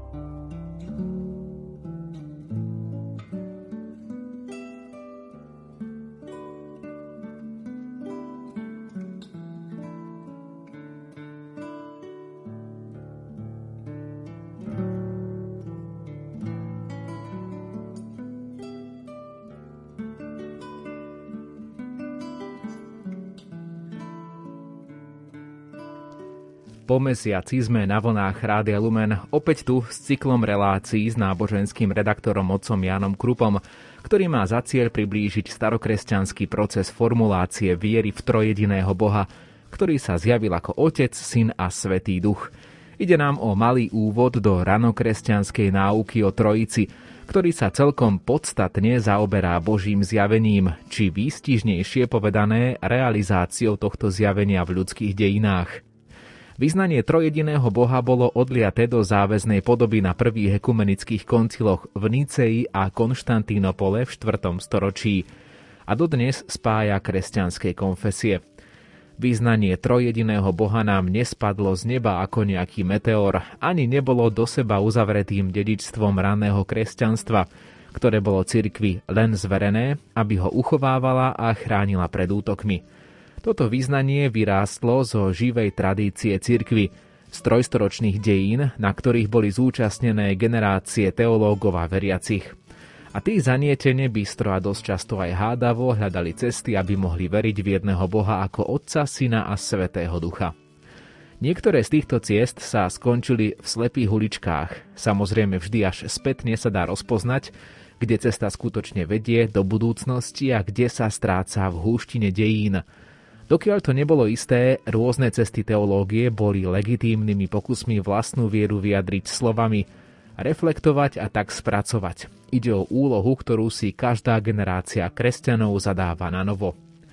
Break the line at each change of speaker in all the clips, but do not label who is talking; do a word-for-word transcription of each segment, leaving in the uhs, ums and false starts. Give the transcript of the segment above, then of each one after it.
Po mesiaci sme na vlnách Rádia Lumen opäť tu s cyklom relácií s náboženským redaktorom otcom Jánom Krupom, ktorý má za cieľ priblížiť starokresťanský proces formulácie viery v trojjediného Boha, ktorý sa zjavil ako Otec, Syn a Svätý Duch. Ide nám o malý úvod do ranokresťanskej náuky o Trojici, ktorý sa celkom podstatne zaoberá Božím zjavením, či výstižnejšie povedané realizáciou tohto zjavenia v ľudských dejinách. Vyznanie trojjediného Boha bolo odliaté do záväznej podoby na prvých ekumenických konciloch v Nicei a Konštantínopole v štvrtom storočí a dodnes spája kresťanské konfesie. Vyznanie trojjediného Boha nám nespadlo z neba ako nejaký meteor, ani nebolo do seba uzavretým dedičstvom raného kresťanstva, ktoré bolo cirkvi len zverené, aby ho uchovávala a chránila pred útokmi. Toto vyznanie vyrástlo zo živej tradície cirkvi, z trojstoročných dejín, na ktorých boli zúčastnené generácie teológov a veriacich. A tí zanietene bystro a dosť často aj hádavo hľadali cesty, aby mohli veriť v jedného Boha ako Otca, Syna a Svätého Ducha. Niektoré z týchto ciest sa skončili v slepých uličkách. Samozrejme vždy až spätne sa dá rozpoznať, kde cesta skutočne vedie do budúcnosti a kde sa stráca v húštine dejín. Dokiaľ to nebolo isté, rôzne cesty teológie boli legitímnymi pokusmi vlastnú vieru vyjadriť slovami, reflektovať a tak spracovať. Ide o úlohu, ktorú si každá generácia kresťanov zadáva na novo.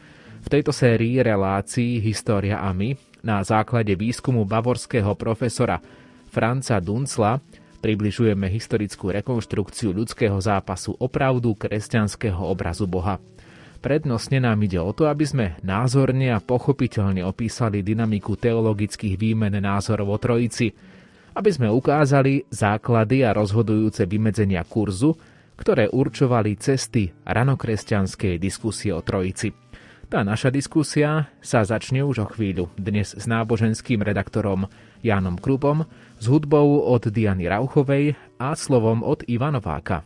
V tejto sérii relácií História a my na základe výskumu bavorského profesora Franza Dunzla približujeme historickú rekonštrukciu ľudského zápasu o pravdu kresťanského obrazu Boha. Prednostne nám ide o to, aby sme názorne a pochopiteľne opísali dynamiku teologických výmen názorov o Trojici, aby sme ukázali základy a rozhodujúce vymedzenia kurzu, ktoré určovali cesty ranokresťanskej diskusie o Trojici. Tá naša diskusia sa začne už o chvíľu, dnes s náboženským redaktorom Jánom Krupom, s hudbou od Diany Rauchovej a slovom od Iva Nováka.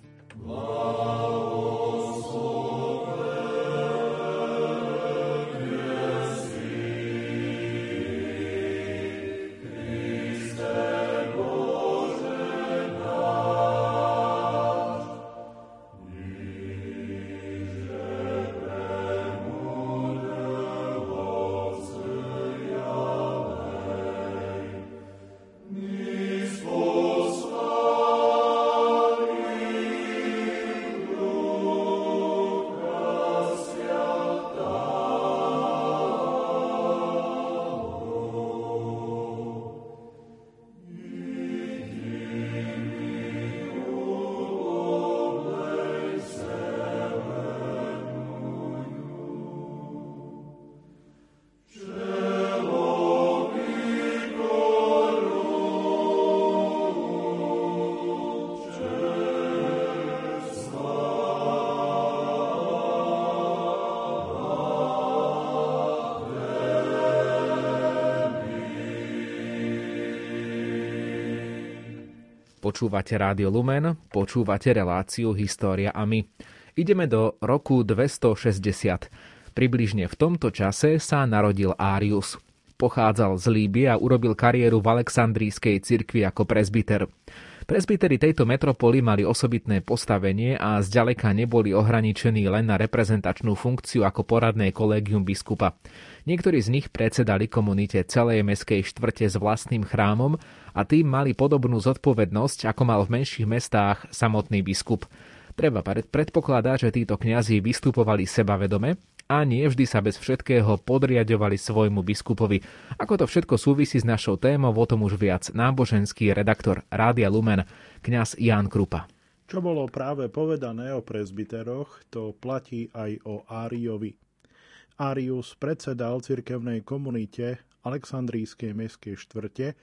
Počúvate Rádio Lumen, počúvate reláciu História a my. Ideme do roku dvestošesťdesiat. Približne v tomto čase sa narodil Árius. Pochádzal z Líbie a urobil kariéru v Alexandrijskej cirkvi ako presbyter. Presbyteri tejto metropoly mali osobitné postavenie a zďaleka neboli ohraničení len na reprezentačnú funkciu ako poradné kolégium biskupa. Niektorí z nich predsedali komunite celej mestskej štvrte s vlastným chrámom a tým mali podobnú zodpovednosť, ako mal v menších mestách samotný biskup. Treba predpokladať, že títo kňazi vystupovali sebavedome a nie vždy sa bez všetkého podriaďovali svojmu biskupovi. Ako to všetko súvisí s našou témou, o tom už viac náboženský redaktor Rádia Lumen, kňaz Ján Krupa.
Čo bolo práve povedané o presbyteroch, to platí aj o Áriovi. Árius predsedal cirkevnej komunite Alexandrijskej mestskej štvrte,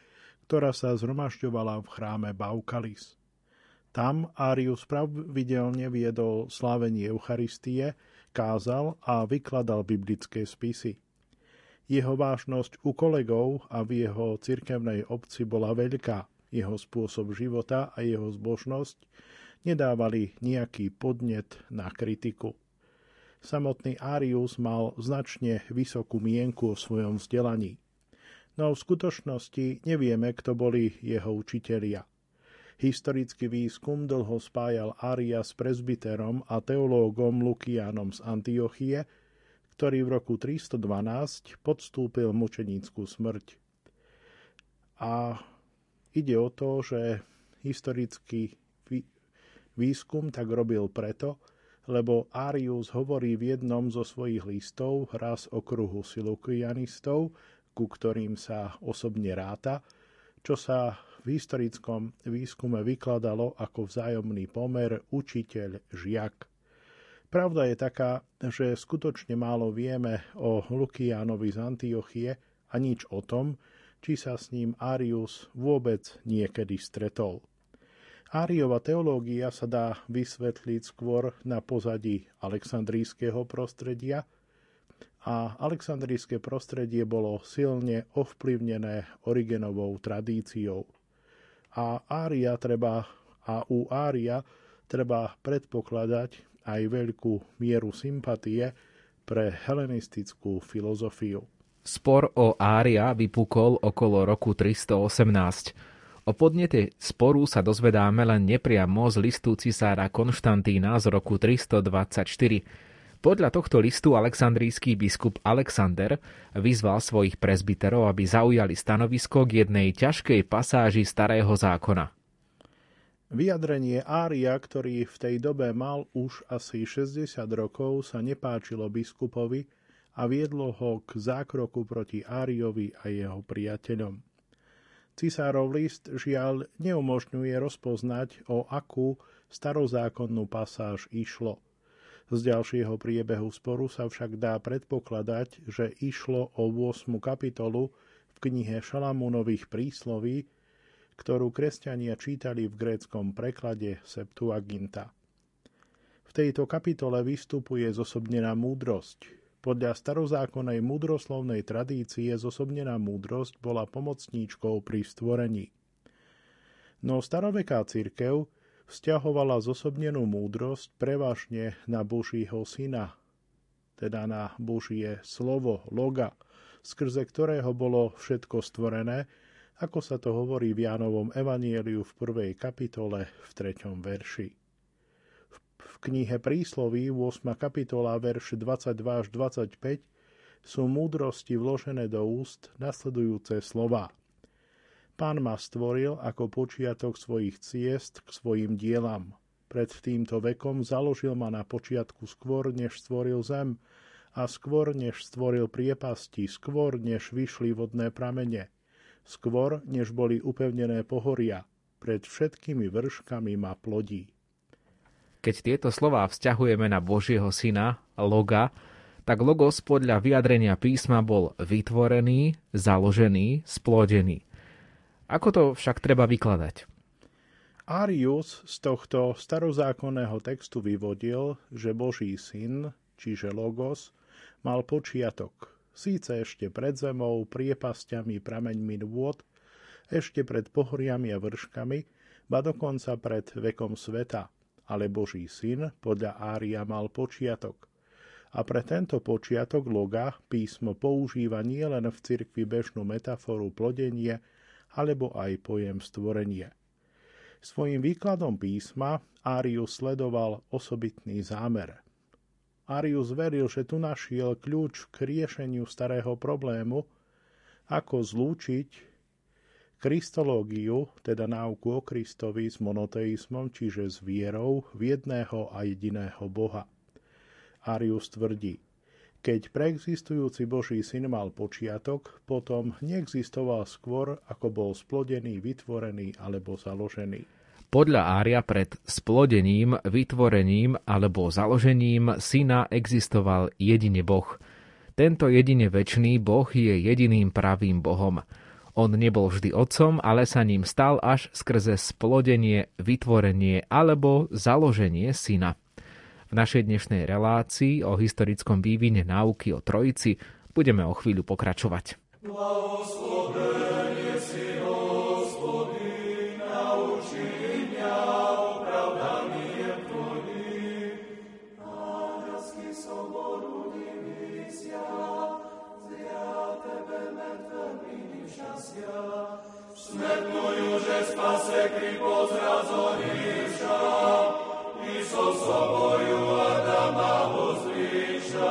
ktorá sa zhromažďovala v chráme Baukalis. Tam Árius pravidelne viedol slávenie Eucharistie, kázal a vykladal biblické spisy. Jeho vážnosť u kolegov a v jeho cirkevnej obci bola veľká. Jeho spôsob života a jeho zbožnosť nedávali nejaký podnet na kritiku. Samotný Árius mal značne vysokú mienku o svojom vzdelaní. No v skutočnosti nevieme, kto boli jeho učitelia. Historický výskum dlho spájal Ária s presbyterom a teológom Lukiánom z Antiochie, ktorý v roku tristodvanásť podstúpil mučenícku smrť. A ide o to, že historický výskum tak robil preto, lebo Árius hovorí v jednom zo svojich listov raz o kruhu silukianistov, ku ktorým sa osobne ráta, čo sa v historickom výskume vykladalo ako vzájomný pomer učiteľ-žiak. Pravda je taká, že skutočne málo vieme o Lukiánovi z Antiochie a nič o tom, či sa s ním Árius vôbec niekedy stretol. Áriova teológia sa dá vysvetliť skôr na pozadí alexandrijského prostredia, a alexandrijské prostredie bolo silne ovplyvnené Origenovou tradíciou. A, Ária treba, a u Ária treba predpokladať aj veľkú mieru sympatie pre helenistickú filozofiu.
Spor o Ária vypukol okolo roku tristoosemnásť. O podnete sporu sa dozvedáme len nepriamo z listu cisára Konštantína z roku tristodvadsaťštyri. Podľa tohto listu alexandrijský biskup Alexander vyzval svojich presbyterov, aby zaujali stanovisko k jednej ťažkej pasáži Starého zákona.
Vyjadrenie Ária, ktorý v tej dobe mal už asi šesťdesiat rokov, sa nepáčilo biskupovi a viedlo ho k zákroku proti Áriovi a jeho priateľom. Cisárov list žiaľ neumožňuje rozpoznať, o akú starozákonnú pasáž išlo. Z ďalšieho priebehu sporu sa však dá predpokladať, že išlo o ôsmu kapitolu v knihe Šalamúnových prísloví, ktorú kresťania čítali v gréckom preklade Septuaginta. V tejto kapitole vystupuje zosobnená múdrosť. Podľa starozákonnej múdroslovnej tradície zosobnená múdrosť bola pomocníčkou pri stvorení. No staroveká cirkev vzťahovala zosobnenú múdrosť prevažne na Božího syna, teda na Božie slovo, loga, skrze ktorého bolo všetko stvorené, ako sa to hovorí v Jánovom evanjeliu v prvej kapitole v treťom verši. V knihe Prísloví ôsma kapitola verš dvadsaťdva až dvadsaťpäť sú múdrosti vložené do úst nasledujúce slová. Pán ma stvoril ako počiatok svojich ciest k svojim dielam. Pred týmto vekom založil ma na počiatku skôr, než stvoril zem, a skôr, než stvoril priepasti, skôr, než vyšli vodné pramene, skôr, než boli upevnené pohoria. Pred všetkými vrškami ma plodí.
Keď tieto slová vzťahujeme na Božieho syna, loga, tak logos podľa vyjadrenia písma bol vytvorený, založený, splodený. Ako to však treba vykladať?
Árius z tohto starozákonného textu vyvodil, že Boží syn, čiže logos, mal počiatok, síce ešte pred zemou, priepasťami, prameňmi vôd, ešte pred pohoriami a vrškami, ba dokonca pred vekom sveta, ale Boží syn podľa Ária mal počiatok. A pre tento počiatok loga písmo používa nielen v cirkvi bežnú metaforu plodenie, alebo aj pojem stvorenie. Svojím výkladom písma Árius sledoval osobitný zámer. Árius veril, že tu našiel kľúč k riešeniu starého problému, ako zlúčiť kristológiu, teda náuku o Kristovi, s monoteizmom, čiže s vierou v jedného a jediného Boha. Árius tvrdí, keď preexistujúci Boží syn mal počiatok, potom neexistoval skôr, ako bol splodený, vytvorený alebo založený.
Podľa Ária pred splodením, vytvorením alebo založením syna existoval jedine Boh. Tento jedine večný Boh je jediným pravým Bohom. On nebol vždy otcom, ale sa ním stal až skrze splodenie, vytvorenie alebo založenie syna. V našej dnešnej relácii o historickom vývine náuky o Trojici budeme o chvíľu pokračovať.
Blahoslovenie si, Hospodin, nauči mňa opravdaniem Tvojim. Anielský soboru divísia, zria Tebe mŕtvými šťastia. Smetnujú, že spase kry pozrazoríša, i so soboju Adama vozdvíša.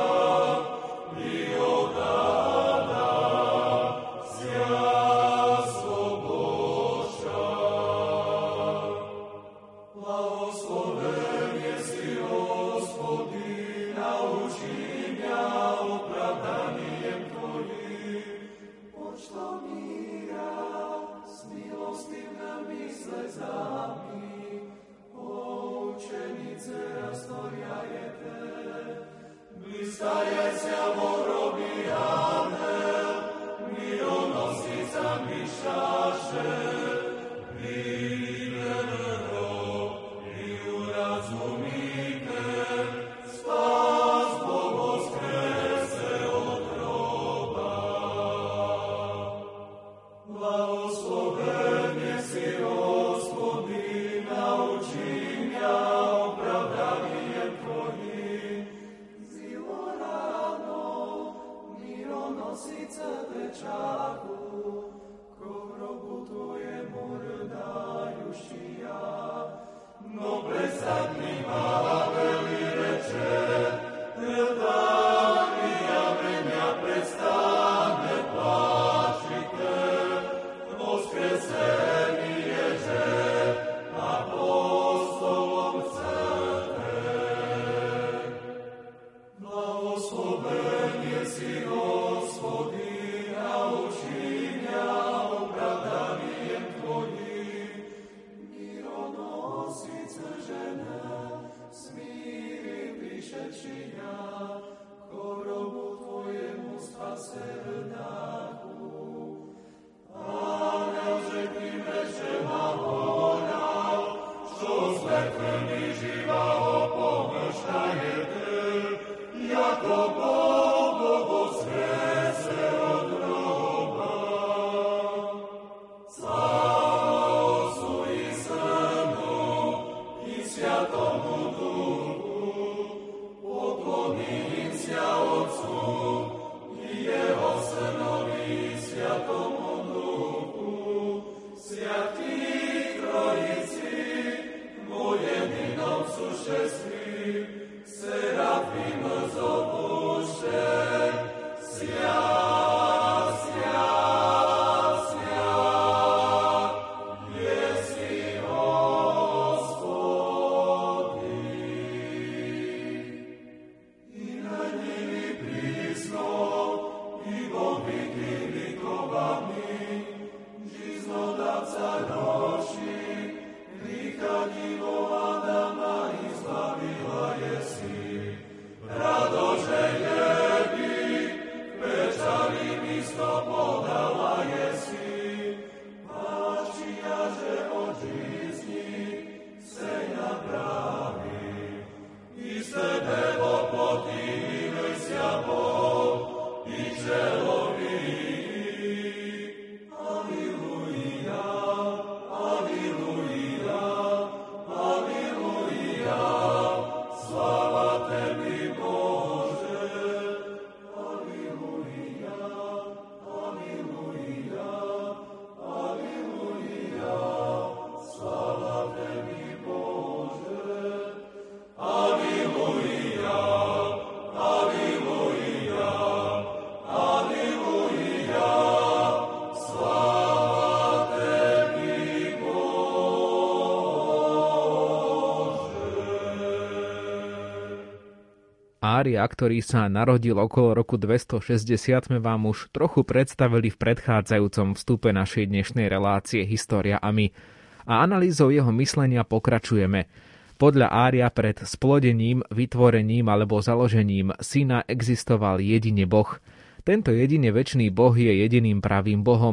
Mária, ktorý sa narodil okolo roku dvestošesťdesiat, sme vám už trochu predstavili v predchádzajúcom vstupe našej dnešnej relácie História a my. A analýzou jeho myslenia pokračujeme. Podľa Ária pred splodením, vytvorením alebo založením syna existoval jedine Boh. Tento jedine večný Boh je jediným pravým Bohom.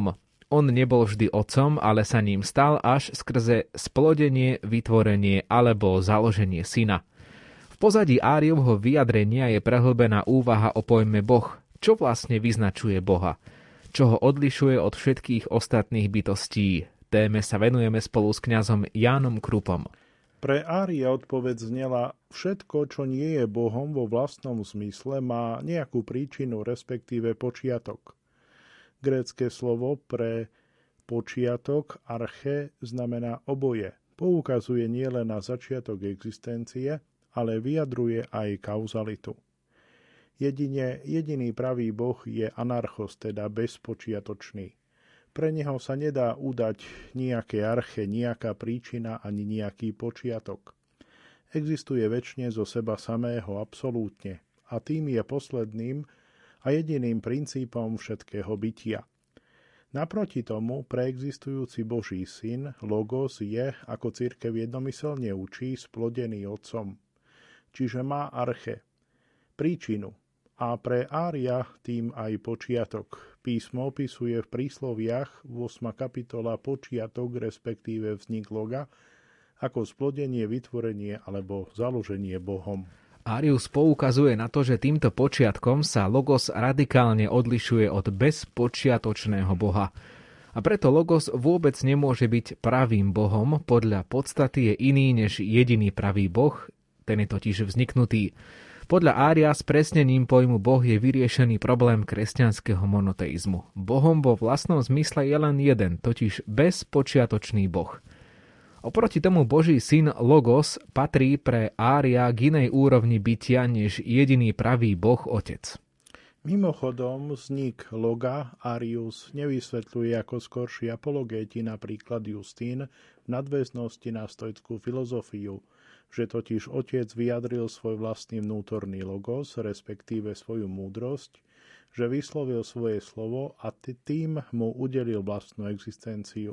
On nebol vždy otcom, ale sa ním stal až skrze splodenie, vytvorenie alebo založenie syna. V pozadí Áriovho vyjadrenia je prehlbená úvaha o pojme Boh. Čo vlastne vyznačuje Boha? Čo ho odlišuje od všetkých ostatných bytostí? Téme sa venujeme spolu s kňazom Jánom Krupom.
Pre Ária odpoveď znela: všetko, čo nie je Bohom vo vlastnom zmysle, má nejakú príčinu, respektíve počiatok. Grécke slovo pre počiatok, arche, znamená oboje. Poukazuje nielen na začiatok existencie, ale vyjadruje aj kauzalitu. Jedine, jediný pravý Boh je anarchos, teda bezpočiatočný. Pre neho sa nedá udať nejaké arche, nejaká príčina ani nejaký počiatok. Existuje večne zo seba samého absolútne a tým je posledným a jediným princípom všetkého bytia. Naproti tomu preexistujúci Boží syn, Logos, je, ako cirkev jednomyselne učí, splodený otcom. Čiže má arche, príčinu, a pre Ária tým aj počiatok. Písmo opisuje v prísloviach ôsma kapitola počiatok, respektíve vznik loga, ako splodenie, vytvorenie alebo založenie Bohom.
Árius poukazuje na to, že týmto počiatkom sa Logos radikálne odlišuje od bezpočiatočného Boha. A preto Logos vôbec nemôže byť pravým Bohom, podľa podstaty je iný než jediný pravý Boh, ten je totiž vzniknutý. Podľa Ária spresnením pojmu Boh je vyriešený problém kresťanského monoteizmu. Bohom vo vlastnom zmysle je len jeden, totiž bezpočiatočný Boh. Oproti tomu Boží syn Logos patrí pre Ária k inej úrovni bytia než jediný pravý Boh Otec.
Mimochodom, vznik loga Arius nevysvetľuje ako skorší apologéti, napríklad Justín, v nadväznosti na stoickú filozofiu, že totiž Otec vyjadril svoj vlastný vnútorný logos, respektíve svoju múdrosť, že vyslovil svoje slovo a tým mu udelil vlastnú existenciu.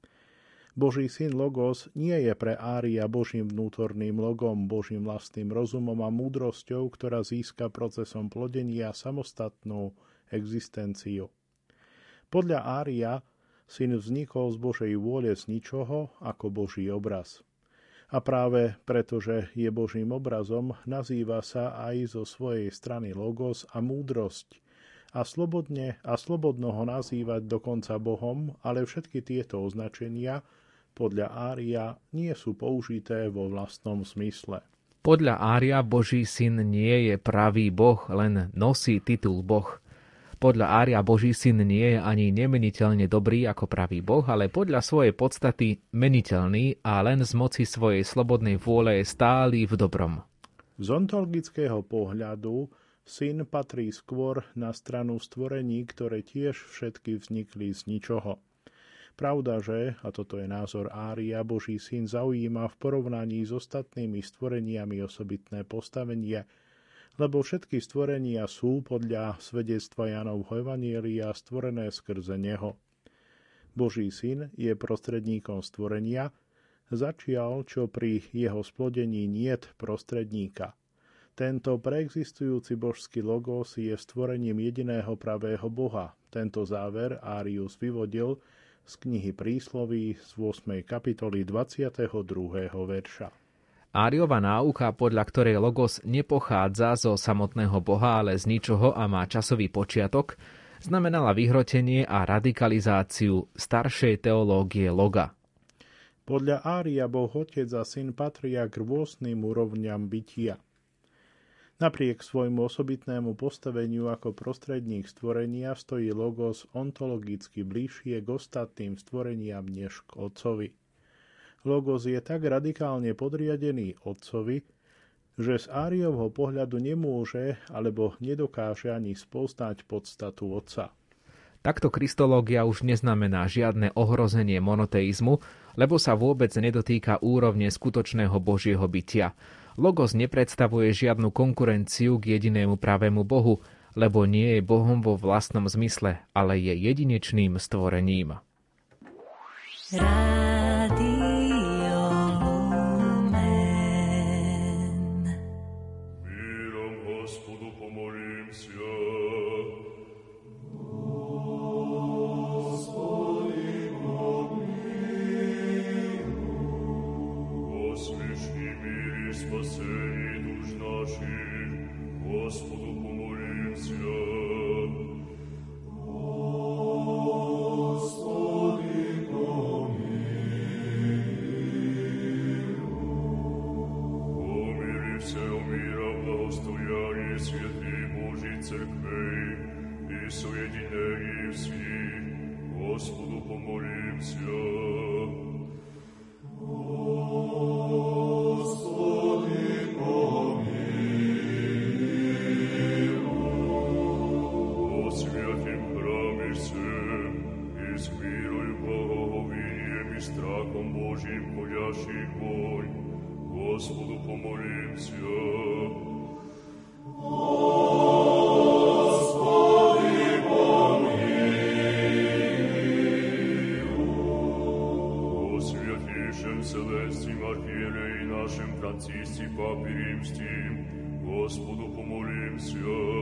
Boží syn Logos nie je pre Ária Božím vnútorným logom, Božím vlastným rozumom a múdrosťou, ktorá získa procesom plodenia samostatnú existenciu. Podľa Ária syn vznikol z Božej vôle z ničoho ako Boží obraz. A práve preto, že je Božím obrazom, nazýva sa aj zo svojej strany Logos a múdrosť. A slobodne a slobodno ho nazývať dokonca Bohom, ale všetky tieto označenia podľa Ária nie sú použité vo vlastnom zmysle.
Podľa Ária Boží syn nie je pravý Boh, len nosí titul Boh. Podľa Ária Boží syn nie je ani nemeniteľne dobrý ako pravý Boh, ale podľa svojej podstaty meniteľný a len z moci svojej slobodnej vôle je stály v dobrom.
Z ontologického pohľadu syn patrí skôr na stranu stvorení, ktoré tiež všetky vznikli z ničoho. Pravda, že, a toto je názor Ária, Boží syn zaujíma v porovnaní s ostatnými stvoreniami osobitné postavenie, lebo všetky stvorenia sú podľa svedectva Jánovho evanjelia stvorené skrze neho. Boží syn je prostredníkom stvorenia, začial, čo pri jeho splodení niet prostredníka. Tento preexistujúci božský logos je stvorením jediného pravého Boha. Tento záver Árius vyvodil z knihy Prísloví z ôsmej kapitoly dvadsiateho druhého verša.
Áriova náuka, podľa ktorej Logos nepochádza zo samotného Boha, ale z ničoho a má časový počiatok, znamenala vyhrotenie a radikalizáciu staršej teológie Loga.
Podľa Ária Boh Otec a Syn patria k rôznym úrovňam bytia. Napriek svojmu osobitnému postaveniu ako prostredník stvorenia stojí Logos ontologicky bližšie k ostatným stvoreniam než k Otcovi. Logos je tak radikálne podriadený Otcovi, že z Áriovho pohľadu nemôže alebo nedokáže ani spoznať podstatu Otca.
Takto kristológia už neznamená žiadne ohrozenie monoteizmu, lebo sa vôbec nedotýka úrovne skutočného Božieho bytia. Logos nepredstavuje žiadnu konkurenciu k jedinému pravému Bohu, lebo nie je Bohom vo vlastnom zmysle, ale je jedinečným stvorením.
Rádio Lumen.
Mírom Hospodu pomolím sa. Hospodine, спасении душ наших, Господу помолимся. Господи, помилуй. О мире всего мира, благостоянии святых Божьей Церкви и соединении всех, Господу помолимся. Господу помолимся. Господи, помилуй. О святейшем Вселенским архиерее нашем Франциске Папе Римским, Господу помолимся.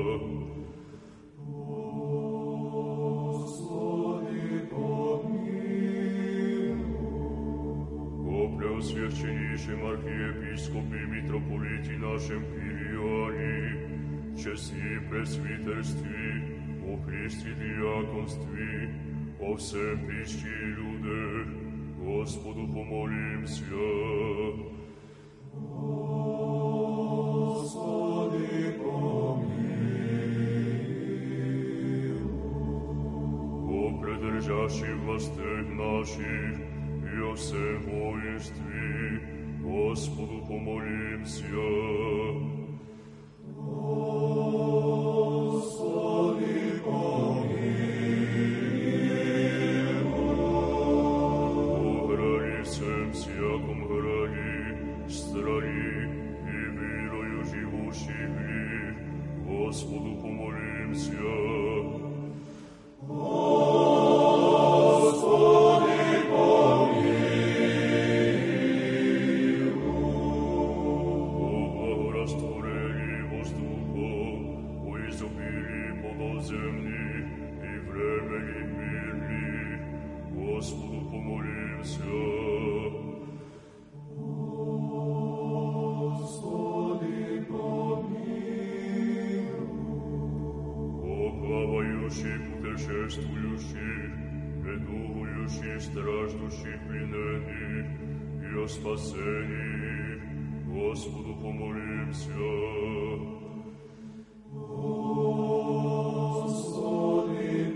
Преосвященнейшем архиепископе и митрополите нашем Кириане, чести пресвитерстве, о Христе диаконстве, о всем причте и людях, Господу помолимся. Господи, помилуй. О предержащих властях наших, и о всем воинстве, Господу помолимся. Господи, помилуй. О грани всем всяком грани, стране и мирою живущих ли, Господу помолимся. Путешествующих, бедующих, страждущих, плененных и о спасении, Господу помолимся. Господи,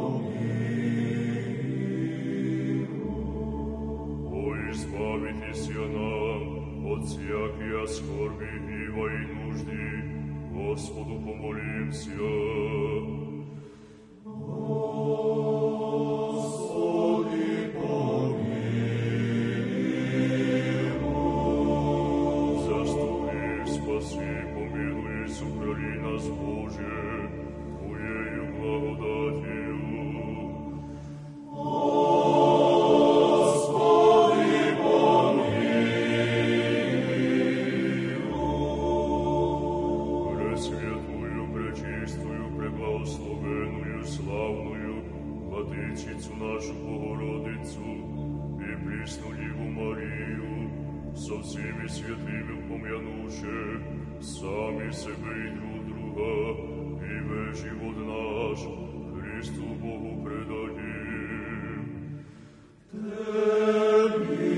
помилуй. О, избавитесь нам от всякой скорби и нужды, Господу помолимся. Владычицу нашу Богородицу и пресну Деву Марию, со всеми святыми упомянувши сами себе и друг друга, и весь живот наш Христу Богу предадим. Тебе,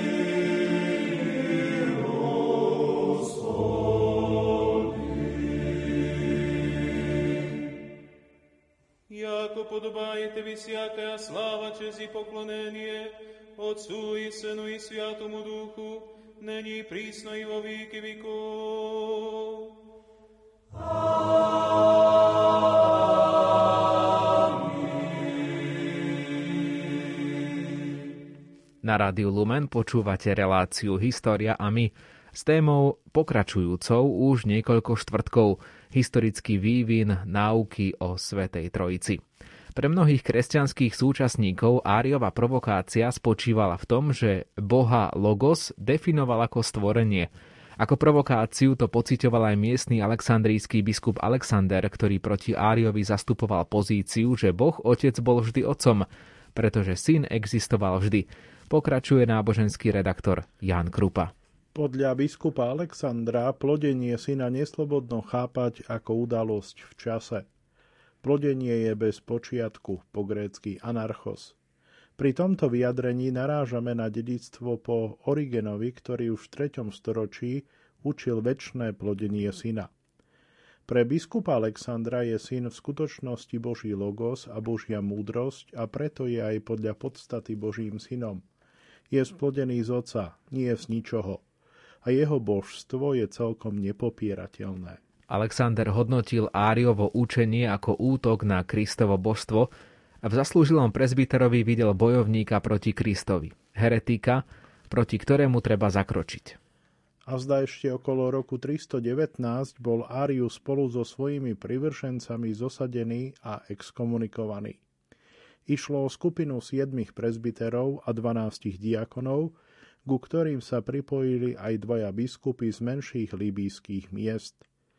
яко подобает Тебе всякая слава, честь и поклонение Отцу и Сыну и Святому Духу, ныне и присно и во веки веков.
Na Rádiu Lumen počúvate reláciu História a my s témou pokračujúcou už niekoľko štvrtkov historický vývin náuky o Svätej Trojici. Pre mnohých kresťanských súčasníkov Áriova provokácia spočívala v tom, že Boha Logos definoval ako stvorenie. Ako provokáciu to pociťoval aj miestny alexandrijský biskup Alexander, ktorý proti Áriovi zastupoval pozíciu, že Boh Otec bol vždy Otcom, pretože Syn existoval vždy. Pokračuje náboženský redaktor Ján Krupa.
Podľa biskupa Alexandra plodenie syna neslobodno chápať ako udalosť v čase. Plodenie je bez počiatku, po grécky anarchos. Pri tomto vyjadrení narážame na dedičstvo po Origenovi, ktorý už v treťom storočí učil večné plodenie syna. Pre biskupa Alexandra je syn v skutočnosti Boží logos a Božia múdrosť a preto je aj podľa podstaty Božím synom. Je splodený z Otca, nie z ničoho. A jeho božstvo je celkom nepopierateľné.
Alexander hodnotil Áriovo učenie ako útok na Kristovo božstvo a v zaslúžilom presbyterovi videl bojovníka proti Kristovi, heretika, proti ktorému treba zakročiť.
A zdá ešte okolo roku tristodevätnásť bol Árius spolu so svojimi privržencami zosadený a exkomunikovaný. Išlo o skupinu siedmich presbyterov a dvanástich diakonov, ku ktorým sa pripojili aj dvaja biskupy z menších líbyjských miest.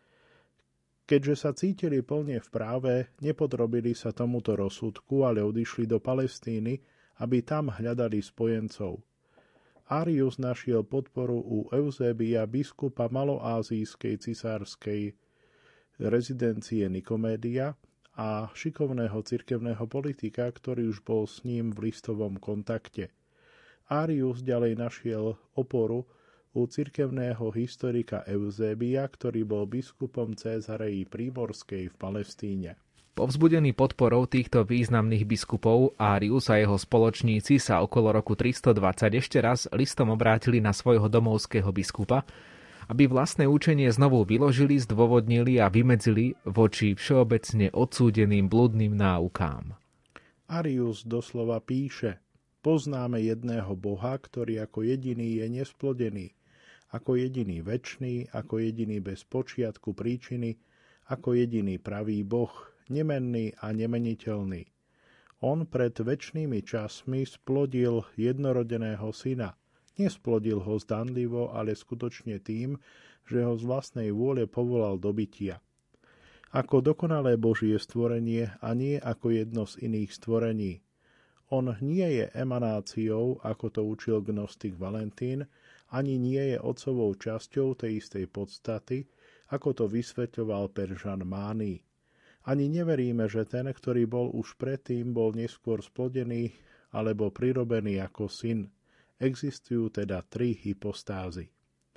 Keďže sa cítili plne v práve, nepodrobili sa tomuto rozsudku, ale odišli do Palestíny, aby tam hľadali spojencov. Árius našiel podporu u Eusébia, biskupa maloázijskej cisárskej rezidencie Nikomédia a šikovného cirkevného politika, ktorý už bol s ním v listovom kontakte. Árius ďalej našiel oporu u cirkevného historika Eusébia, ktorý bol biskupom Cézareji Prímorskej v Palestíne.
Povzbudený podporou týchto významných biskupov, Árius a jeho spoločníci sa okolo roku tristodvadsať ešte raz listom obrátili na svojho domovského biskupa, aby vlastné učenie znovu vyložili, zdôvodnili a vymedzili voči všeobecne odsúdeným blúdnym náukám.
Árius doslova píše: Poznáme jedného Boha, ktorý ako jediný je nesplodený, ako jediný večný, ako jediný bez počiatku príčiny, ako jediný pravý Boh, nemenný a nemeniteľný. On pred večnými časmi splodil jednorodeného syna. Nesplodil ho zdanlivo, ale skutočne tým, že ho z vlastnej vôle povolal do bytia. Ako dokonalé Božie stvorenie a nie ako jedno z iných stvorení. On nie je emanáciou, ako to učil gnostik Valentín, ani nie je otcovou časťou tej istej podstaty, ako to vysvetľoval Peržan Mány. Ani neveríme, že ten, ktorý bol už predtým, bol neskôr splodený alebo prirobený ako syn. Existujú teda tri hypostázy.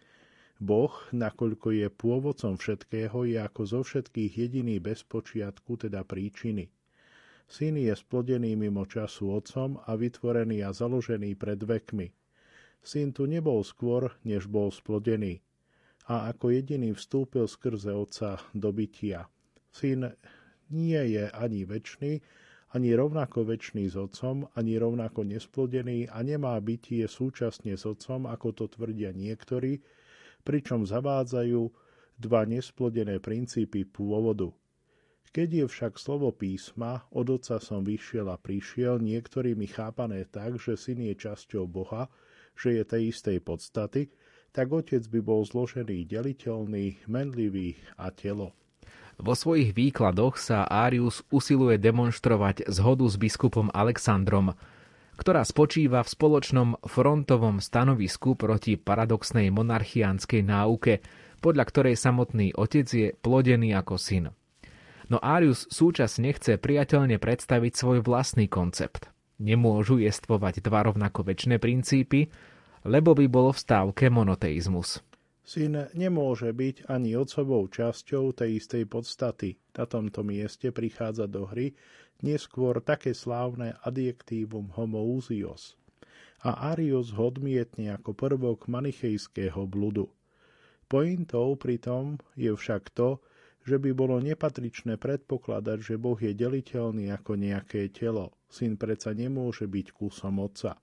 Boh, nakoľko je pôvodcom všetkého, je ako zo všetkých jediný bez počiatku, teda príčiny. Syn je splodený mimo času otcom a vytvorený a založený pred vekmi. Syn tu nebol skôr, než bol splodený. A ako jediný vstúpil skrze otca do bytia. Syn nie je ani večný, ani rovnako večný s otcom, ani rovnako nesplodený a nemá bytie súčasne s otcom, ako to tvrdia niektorí, pričom zavádzajú dva nesplodené princípy pôvodu. Keď je však slovo písma, od Otca som vyšiel a prišiel, niektorými chápané tak, že syn je časťou Boha, že je tej istej podstaty, tak Otec by bol zložený, deliteľný, menlivý a telo.
Vo svojich výkladoch sa Árius usiluje demonštrovať zhodu s biskupom Alexandrom, ktorá spočíva v spoločnom frontovom stanovisku proti paradoxnej monarchiánskej náuke, podľa ktorej samotný Otec je plodený ako syn. No Árius súčasne chce priateľne predstaviť svoj vlastný koncept. Nemôžu jestvovať dva rovnako večné princípy, lebo by bol v stávke monoteizmus.
Syn nemôže byť ani otcovou časťou tej istej podstaty. Na tomto mieste prichádza do hry neskôr také slávne adjektívum homoousios. A Árius ho odmietne ako prvok manichejského bludu. Pointou pritom je však to, že by bolo nepatričné predpokladať, že Boh je deliteľný ako nejaké telo. Syn predsa nemôže byť kusom otca.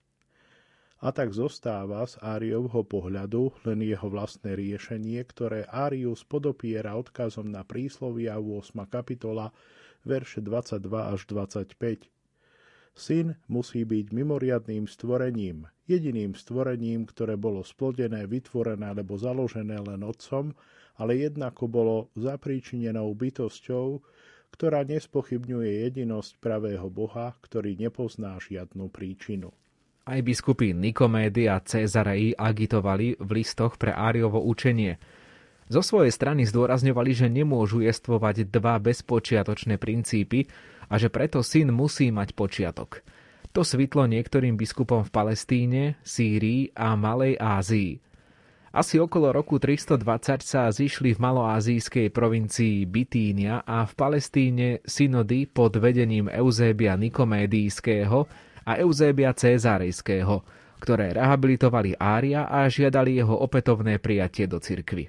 A tak zostáva z Áriovho pohľadu len jeho vlastné riešenie, ktoré Árius podopiera odkazom na príslovia ôsma kapitola, verše dvadsaťdva až dvadsaťpäť. Syn musí byť mimoriadnym stvorením, jediným stvorením, ktoré bolo splodené, vytvorené alebo založené len otcom, ale jednako bolo zapríčinenou bytosťou, ktorá nespochybňuje jedinosť pravého Boha, ktorý nepozná žiadnu príčinu.
Aj biskupy Nikomédy a Cézarei agitovali v listoch pre Áriovo učenie. Zo svojej strany zdôrazňovali, že nemôžu jestvovať dva bezpočiatočné princípy a že preto syn musí mať počiatok. To svitlo niektorým biskupom v Palestíne, Sýrii a Malej Ázii. Asi okolo roku tristodvadsať sa zišli v maloázijskej provincii Bitínia a v Palestíne synody pod vedením Euzébia Nikomédijského a Euzébia Cézarejského, ktoré rehabilitovali Ária a žiadali jeho opätovné prijatie do cirkvi.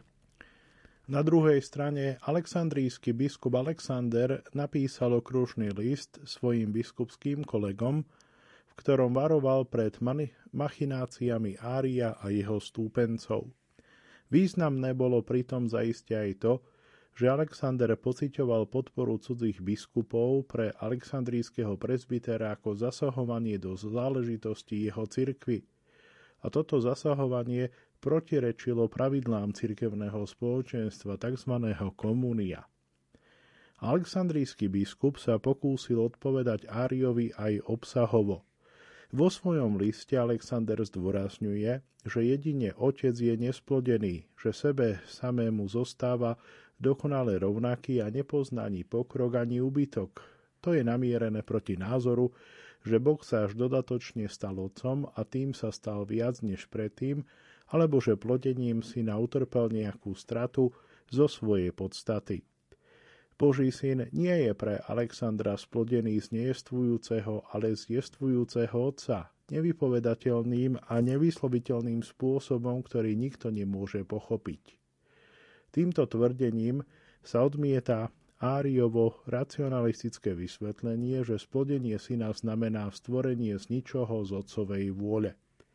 Na druhej strane alexandrijský biskup Alexander napísal okružný list svojim biskupským kolegom, v ktorom varoval pred machináciami Ária a jeho stúpencov. Významné bolo pritom zaiste aj to, že Alexander pociťoval podporu cudzích biskupov pre alexandrijského presbytera ako zasahovanie do záležitostí jeho cirkvi. A toto zasahovanie protirečilo pravidlám cirkevného spoločenstva tzv. Komúnia. Alexandrijský biskup sa pokúsil odpovedať Áriovi aj obsahovo. Vo svojom liste Alexander zdôrazňuje, že jedine Otec je nesplodený, že sebe samému zostáva dokonale rovnaký a nepozná ani pokrok, ani úbytok. To je namierené proti názoru, že Boh sa až dodatočne stal otcom a tým sa stal viac než predtým, alebo že plodením syna utrpel nejakú stratu zo svojej podstaty. Boží syn nie je pre Alexandra splodený z nejestvujúceho, ale z jestvujúceho otca, nevypovedateľným a nevysloviteľným spôsobom, ktorý nikto nemôže pochopiť. Týmto tvrdením sa odmieta Áriovo racionalistické vysvetlenie, že splodenie syna znamená stvorenie z ničoho z otcovej vôle.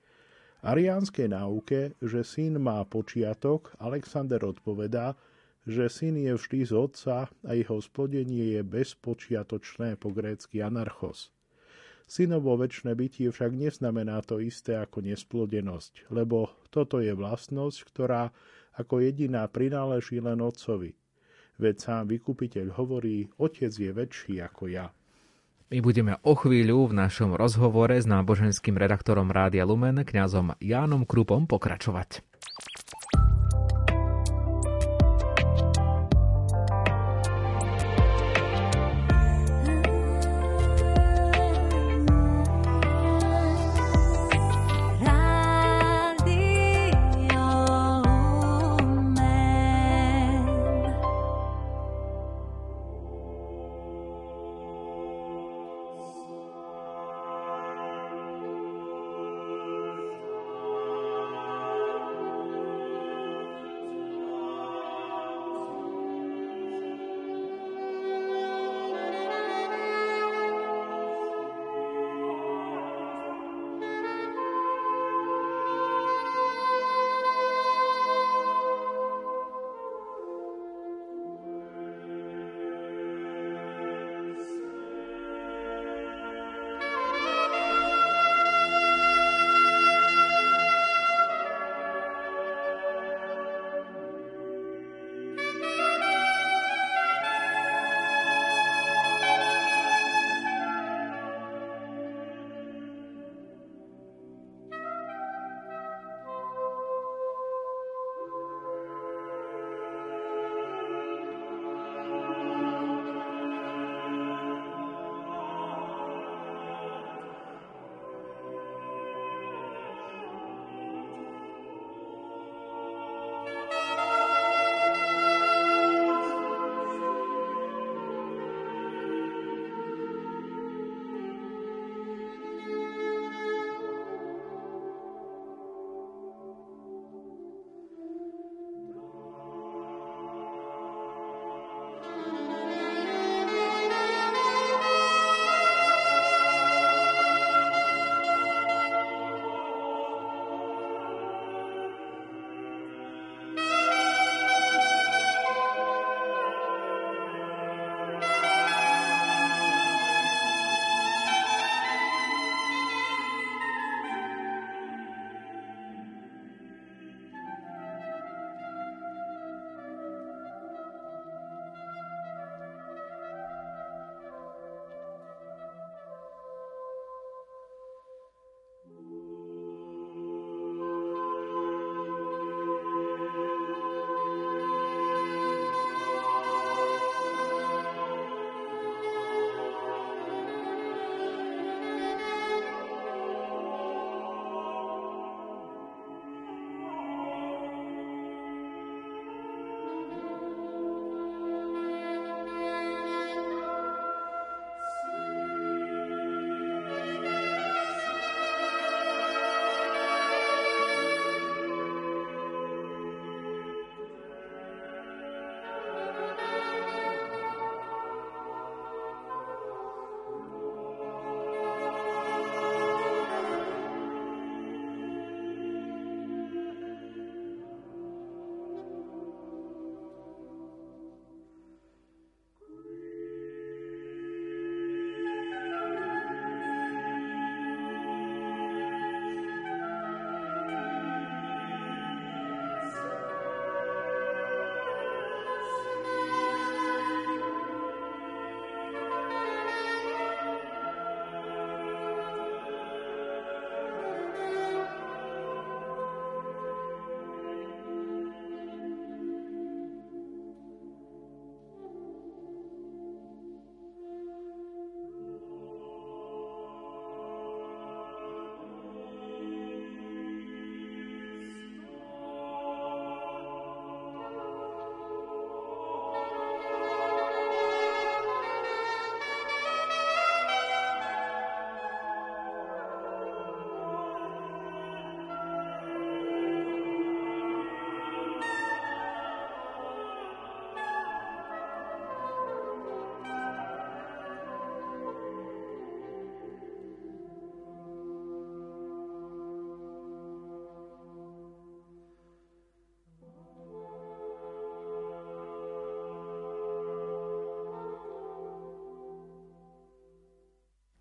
Ariánskej náuke, že syn má počiatok, Alexander odpovedá, že syn je vždy z otca a jeho splodenie je bezpočiatočné, po grécky anarchos. Synovo večné bytie však neznamená to isté ako nesplodenosť, lebo toto je vlastnosť, ktorá ako jediná prináleží len otcovi. Veď sám vykupiteľ hovorí, otec je väčší ako ja.
My budeme o chvíľu v našom rozhovore s náboženským redaktorom Rádia Lumen, kňazom Jánom Krupom, pokračovať.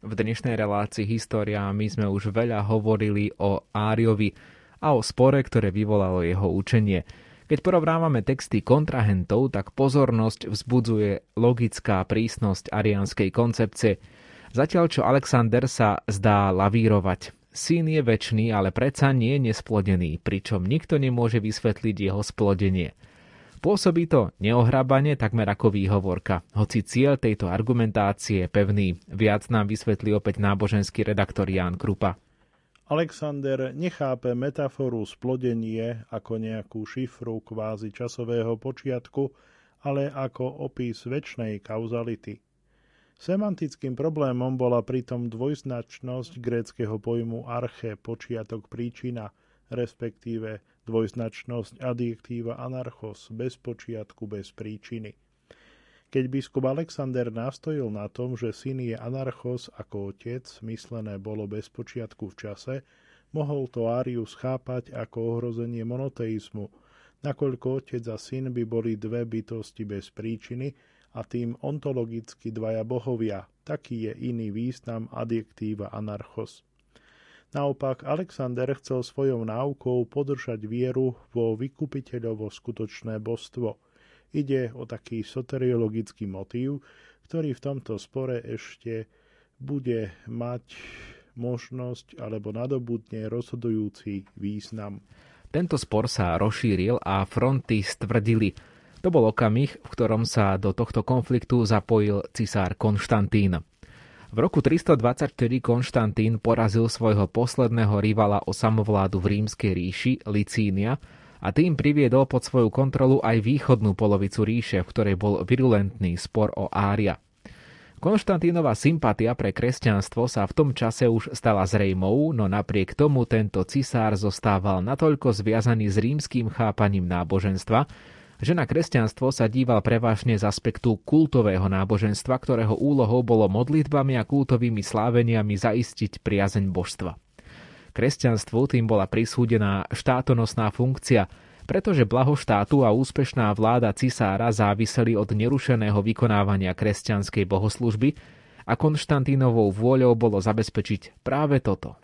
V dnešnej relácii História my sme už veľa hovorili o Áriovi a o spore, ktoré vyvolalo jeho učenie. Keď porovnávame texty kontrahentov, tak pozornosť vzbudzuje logická prísnosť ariánskej koncepcie. Zatiaľ, čo Alexander sa zdá lavírovať. Syn je večný, ale predsa nie je nesplodený, pričom nikto nemôže vysvetliť jeho splodenie. Pôsobí to neohrabane, takmer ako výhovorka, hoci cieľ tejto argumentácie je pevný. Viac nám vysvetlí opäť náboženský redaktor Ján Krupa.
Alexander nechápe metaforu splodenie ako nejakú šifru kvázi časového počiatku, ale ako opis večnej kauzality. Semantickým problémom bola pritom dvojznačnosť gréckeho pojmu arche, počiatok, príčina, respektíve dvojznačnosť adjektíva anarchos, bez počiatku, bez príčiny. Keď biskup Alexander nastojil na tom, že syn je anarchos ako otec, myslené bolo bez počiatku v čase, mohol to Arius chápať ako ohrozenie monoteizmu, nakoľko otec a syn by boli dve bytosti bez príčiny a tým ontologicky dvaja bohovia. Taký je iný význam adjektíva anarchos. Naopak, Alexander chcel svojou náukou podržať vieru vo vykupiteľovo skutočné božstvo. Ide o taký soteriologický motív, ktorý v tomto spore ešte bude mať možnosť alebo nadobudne rozhodujúci význam.
Tento spor sa rozšíril a fronty stvrdili. To bol okamih, v ktorom sa do tohto konfliktu zapojil cisár Konštantín. V roku tristodvadsaťštyri Konštantín porazil svojho posledného rivala o samovládu v rímskej ríši, Licínia, a tým priviedol pod svoju kontrolu aj východnú polovicu ríše, v ktorej bol virulentný spor o Ária. Konštantínova sympatia pre kresťanstvo sa v tom čase už stala zrejmou, no napriek tomu tento cisár zostával natoľko zviazaný s rímskym chápaním náboženstva, že na kresťanstvo sa díval prevažne z aspektu kultového náboženstva, ktorého úlohou bolo modlitbami a kultovými sláveniami zaistiť priazeň božstva. Kresťanstvu tým bola prisúdená štátonosná funkcia, pretože blaho štátu a úspešná vláda cisára záviseli od nerušeného vykonávania kresťanskej bohoslužby a Konštantínovou vôľou bolo zabezpečiť práve toto.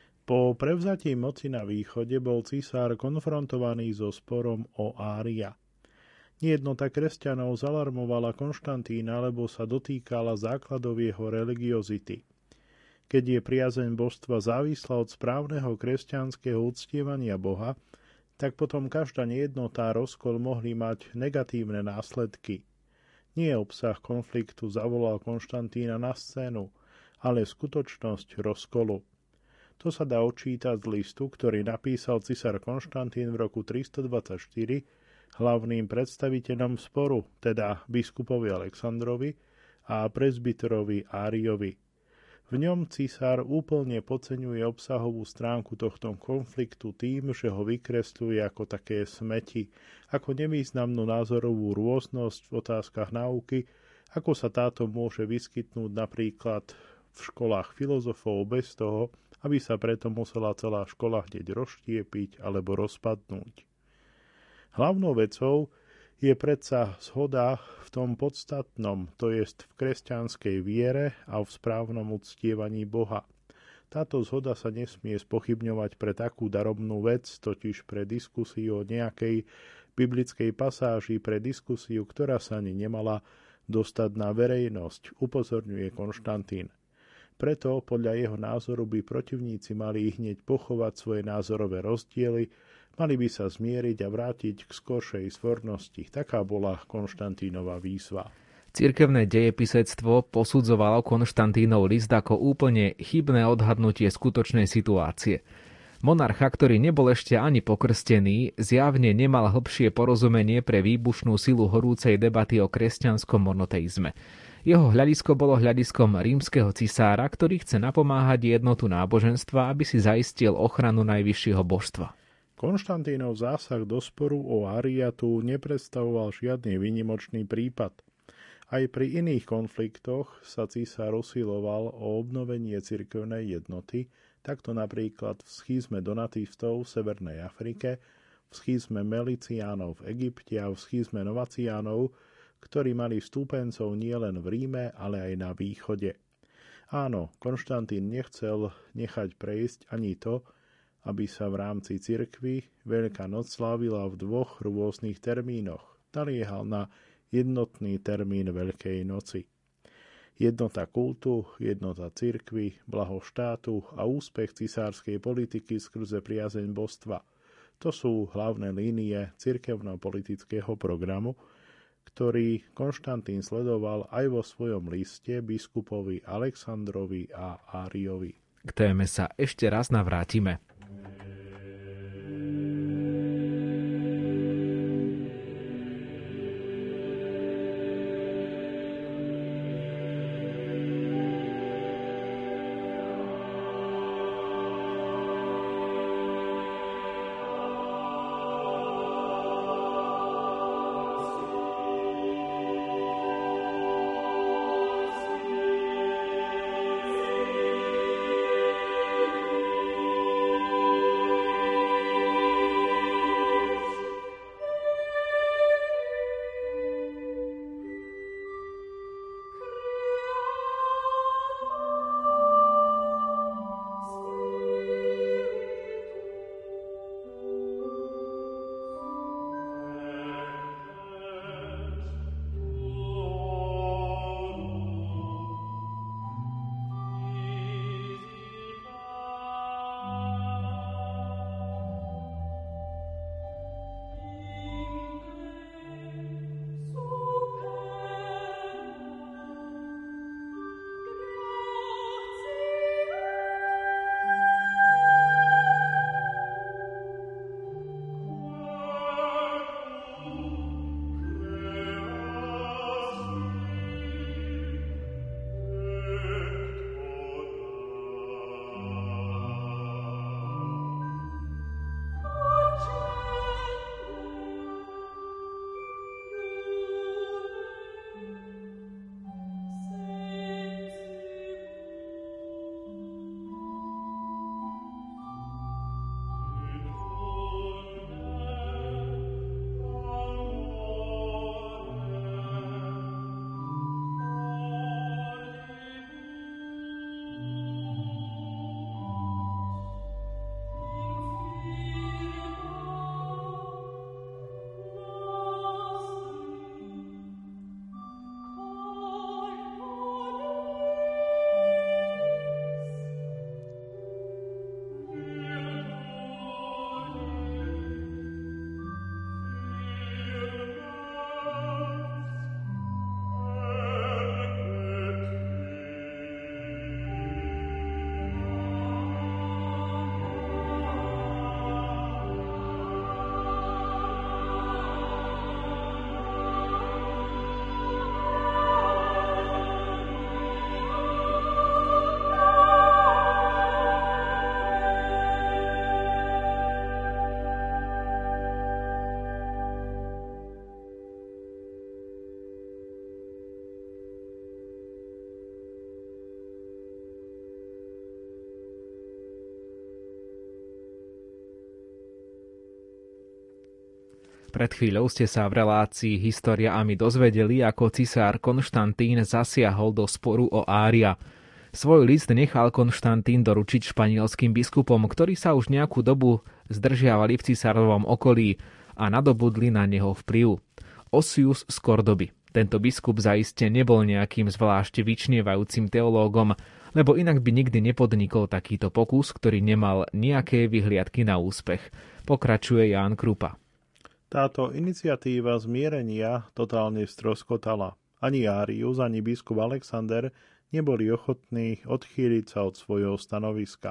Po prevzatí moci na východe bol cisár konfrontovaný so sporom o Ária. Nejednota kresťanov zalarmovala Konštantína, lebo sa dotýkala základov jeho religiozity. Keď je priazeň božstva závislá od správneho kresťanského uctievania Boha, tak potom každá nejednotá rozkol mohli mať negatívne následky. Nie obsah konfliktu zavolal Konštantína na scénu, ale skutočnosť rozkolu. To sa dá odčítať z listu, ktorý napísal cisár Konštantín v roku tristodvadsaťštyri hlavným predstaviteľom sporu, teda biskupovi Alexandrovi a prezbiterovi Áriovi. V ňom cisár úplne podceňuje obsahovú stránku tohto konfliktu tým, že ho vykresľuje ako také smeti, ako nevýznamnú názorovú rôznosť v otázkach náuky, ako sa táto môže vyskytnúť napríklad v školách filozofov bez toho, aby sa preto musela celá škola hneď rozštiepiť alebo rozpadnúť. Hlavnou vecou je predsa zhoda v tom podstatnom, to jest v kresťanskej viere a v správnom uctievaní Boha. Táto zhoda sa nesmie spochybňovať pre takú darobnú vec, totiž pre diskusiu o nejakej biblickej pasáži, pre diskusiu, ktorá sa ani nemala dostať na verejnosť, upozorňuje Konštantín. Preto podľa jeho názoru by protivníci mali hneď pochovať svoje názorové rozdiely, mali by sa zmieriť a vrátiť k skoršej svornosti. Taká bola Konštantínova výzva.
Cirkevné dejepisectvo posudzovalo Konštantínov list ako úplne chybné odhadnutie skutočnej situácie. Monarcha, ktorý nebol ešte ani pokrstený, zjavne nemal hlbšie porozumenie pre výbušnú silu horúcej debaty o kresťanskom monoteizme. Jeho hľadisko bolo hľadiskom rímskeho cisára, ktorý chce napomáhať jednotu náboženstva, aby si zaistil ochranu najvyššieho božstva.
Konštantínov zásah do sporu o Ária tu nepredstavoval žiadny výnimočný prípad. Aj pri iných konfliktoch sa císar usiloval o obnovenie cirkevnej jednoty, takto napríklad v schizme donatistov v Severnej Afrike, v schizme Meliciánov v Egypte a v schizme Novaciánov, ktorí mali vstúpencov nielen v Ríme, ale aj na východe. Áno, Konštantín nechcel nechať prejsť ani to, aby sa v rámci cirkvi Veľká noc slávila v dvoch rôznych termínoch. Naliehal na jednotný termín Veľkej noci. Jednota kultu, jednota cirkvi, blaho štátu a úspech cisárskej politiky skrze priazeň božstva. To sú hlavné línie cirkevno-politického programu, ktorý Konštantín sledoval aj vo svojom liste biskupovi Alexandrovi a Áriovi.
K téme sa ešte raz navrátime. Pred chvíľou ste sa v relácii História a my dozvedeli, ako cisár Konštantín zasiahol do sporu o Ária. Svoj list nechal Konštantín doručiť španielským biskupom, ktorí sa už nejakú dobu zdržiavali v cisárovom okolí a nadobudli na neho vplyv. Osius z Kordoby. Tento biskup zaiste nebol nejakým zvlášť vyčnievajúcim teológom, lebo inak by nikdy nepodnikol takýto pokus, ktorý nemal nejaké vyhliadky na úspech. Pokračuje Ján Krupa.
Táto iniciatíva zmierenia totálne stroskotala. Ani Árius, ani biskup Alexander neboli ochotní odchýliť sa od svojho stanoviska.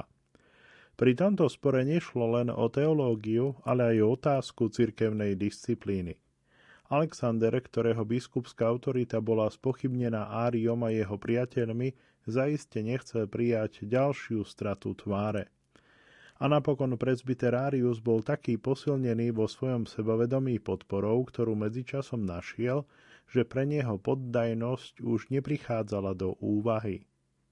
Pri tomto spore nešlo len o teológiu, ale aj o otázku cirkevnej disciplíny. Alexander, ktorého biskupská autorita bola spochybnená Áriom a jeho priateľmi, zaiste nechcel prijať ďalšiu stratu tváre. A napokon presbyter Árius bol taký posilnený vo svojom sebavedomí podporou, ktorú medzičasom našiel, že pre neho poddajnosť už neprichádzala do úvahy.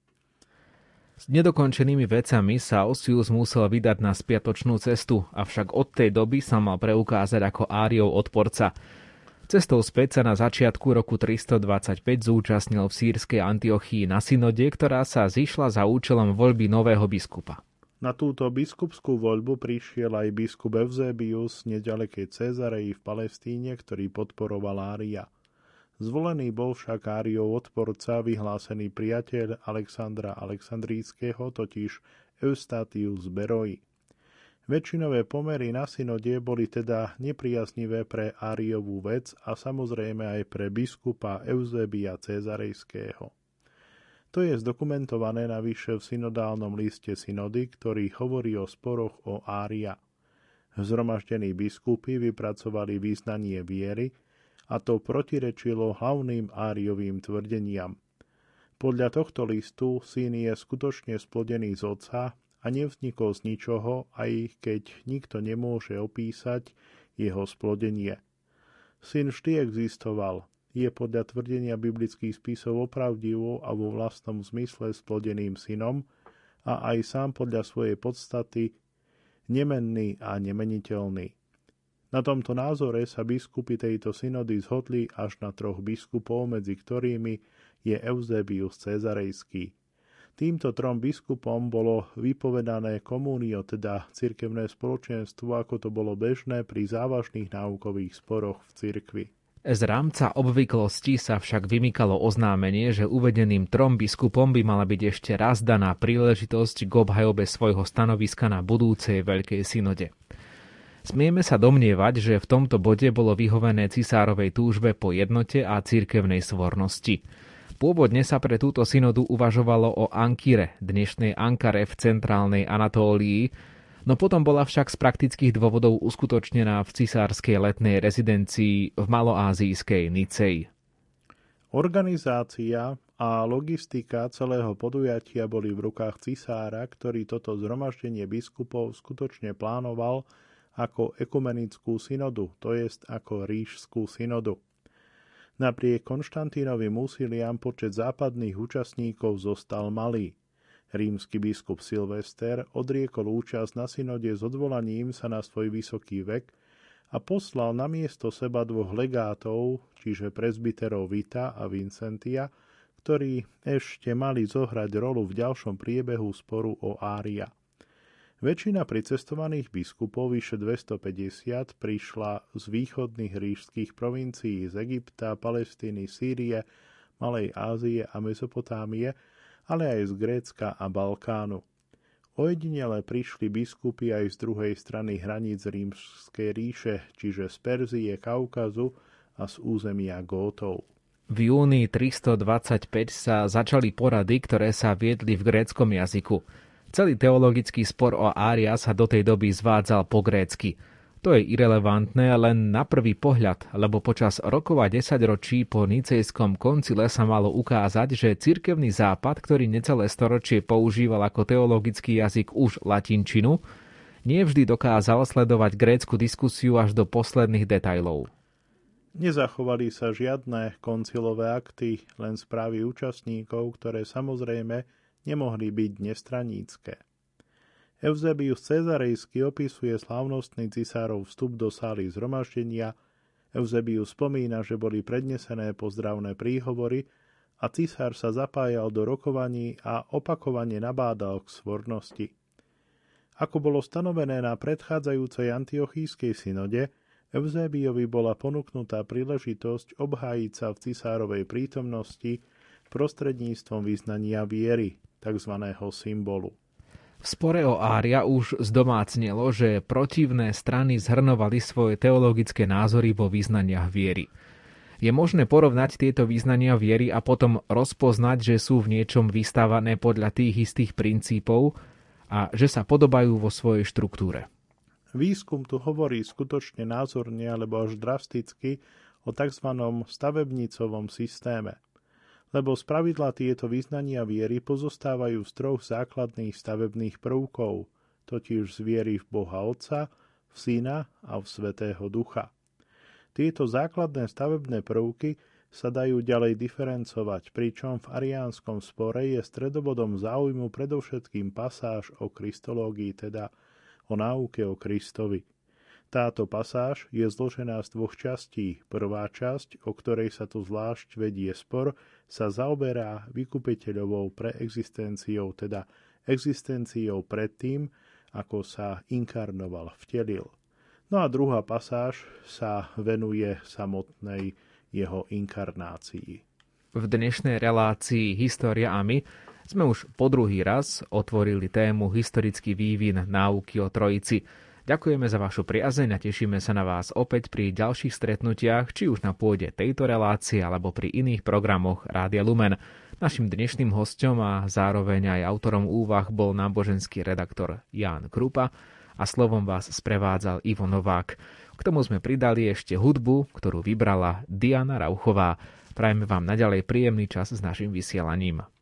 S nedokončenými vecami sa Osius musel vydať na spiatočnú cestu, avšak od tej doby sa mal preukázať ako Áriov odporca. Cestou späť sa na začiatku roku tristodvadsaťpäť zúčastnil v sýrskej Antiochii na synode, ktorá sa zišla za účelom voľby nového biskupa.
Na túto biskupskú voľbu prišiel aj biskup Eusebius z nedalekej Cézareji v Palestíne, ktorý podporoval Ária. Zvolený bol však Áriov odporca, vyhlásený priateľ Alexandra Alexandrijského, totiž Eustachius Beroi. Väčšinové pomery na synode boli teda nepriaznivé pre Áriovú vec a samozrejme aj pre biskupa Eusebia Cézarejského. To je zdokumentované navyše v synodálnom liste synody, ktorý hovorí o sporoch o Ária. Zhromaždení biskupy vypracovali význanie viery a to protirečilo hlavným Áriovým tvrdeniam. Podľa tohto listu syn je skutočne splodený z otca a nevznikol z ničoho, aj keď nikto nemôže opísať jeho splodenie. Syn vždy existoval, je podľa tvrdenia biblických spisov opravdivo a vo vlastnom zmysle splodeným synom a aj sám podľa svojej podstaty nemenný a nemeniteľný. Na tomto názore sa biskupy tejto synody zhodli až na troch biskupov, medzi ktorými je Eusebius Cézarejský. Týmto trom biskupom bolo vypovedané komunio, teda cirkevné spoločenstvo, ako to bolo bežné pri závažných náukových sporoch v cirkvi.
Z rámca obvyklosti sa však vymykalo oznámenie, že uvedeným trom biskupom by mala byť ešte raz daná príležitosť k obhajobe svojho stanoviska na budúcej Veľkej synode. Smieme sa domnievať, že v tomto bode bolo vyhovené cisárovej túžbe po jednote a cirkevnej svornosti. Pôvodne sa pre túto synodu uvažovalo o Ankire, dnešnej Ankare v centrálnej Anatólii, no potom bola však z praktických dôvodov uskutočnená v cisárskej letnej rezidencii v maloázijskej Niceji.
Organizácia a logistika celého podujatia boli v rukách cisára, ktorý toto zhromaždenie biskupov skutočne plánoval ako ekumenickú synodu, to jest ako ríšskú synodu. Napriek Konštantínovým úsiliam počet západných účastníkov zostal malý. Rímsky biskup Silvester odriekol účasť na synode s odvolaním sa na svoj vysoký vek a poslal namiesto seba dvoch legátov, čiže presbyterov Vita a Vincentia, ktorí ešte mali zohrať rolu v ďalšom priebehu sporu o Ária. Väčšina pricestovaných biskupov, vyše dvestopäťdesiat, prišla z východných ríšskych provincií z Egypta, Palestíny, Sýrie, Malej Ázie a Mezopotámie, ale aj z Grécka a Balkánu. Ojedinele prišli biskupy aj z druhej strany hraníc Rímskej ríše, čiže z Perzie, Kaukazu a z územia Gótov.
V júni tristodvadsaťpäť sa začali porady, ktoré sa viedli v gréckom jazyku. Celý teologický spor o Ária sa do tej doby zvádzal po grécky. To je irelevantné len na prvý pohľad, lebo počas rokov a desaťročí po Nicejskom koncile sa malo ukázať, že cirkevný západ, ktorý necelé storočie používal ako teologický jazyk už latinčinu, nie vždy dokázal sledovať grécku diskusiu až do posledných detailov.
Nezachovali sa žiadne koncilové akty, len správy účastníkov, ktoré samozrejme nemohli byť nestranícke. Eusebius Cézarejský opisuje slávnostný cisárov vstup do sály zhromaždenia. Eusebius spomína, že boli prednesené pozdravné príhovory a cisár sa zapájal do rokovaní a opakovane nabádal k svornosti. Ako bolo stanovené na predchádzajúcej antiochískej synode, Eusebiovi bola ponúknutá príležitosť obhájiť sa v cisárovej prítomnosti prostredníctvom vyznania viery, tzv. Symbolu.
V spore o Ária už zdomácnelo, že protivné strany zhrnovali svoje teologické názory vo vyznaniach viery. Je možné porovnať tieto vyznania viery a potom rozpoznať, že sú v niečom vystávané podľa tých istých princípov a že sa podobajú vo svojej štruktúre.
Výskum tu hovorí skutočne názorne alebo až drasticky o tzv. Stavebnicovom systéme, lebo spravidla tieto vyznania viery pozostávajú z troch základných stavebných prvkov, totiž z viery v Boha Otca, v Syna a v Svätého Ducha. Tieto základné stavebné prvky sa dajú ďalej diferencovať, pričom v ariánskom spore je stredobodom záujmu predovšetkým pasáž o kristológii, teda o náuke o Kristovi. Táto pasáž je zložená z dvoch častí. Prvá časť, o ktorej sa tu zvlášť vedie spor, sa zaoberá vykupiteľovou preexistenciou, teda existenciou predtým, ako sa inkarnoval, vtelil. No a druhá pasáž sa venuje samotnej jeho inkarnácii.
V dnešnej relácii História a my sme už po druhý raz otvorili tému historický vývin náuky o Trojici. Ďakujeme za vašu priazeň a tešíme sa na vás opäť pri ďalších stretnutiach, či už na pôde tejto relácie alebo pri iných programoch Rádia Lumen. Naším dnešným hosťom a zároveň aj autorom úvah bol náboženský redaktor Ján Krupa a slovom vás sprevádzal Ivo Novák. K tomu sme pridali ešte hudbu, ktorú vybrala Diana Rauchová. Prajeme vám naďalej príjemný čas s našim vysielaním.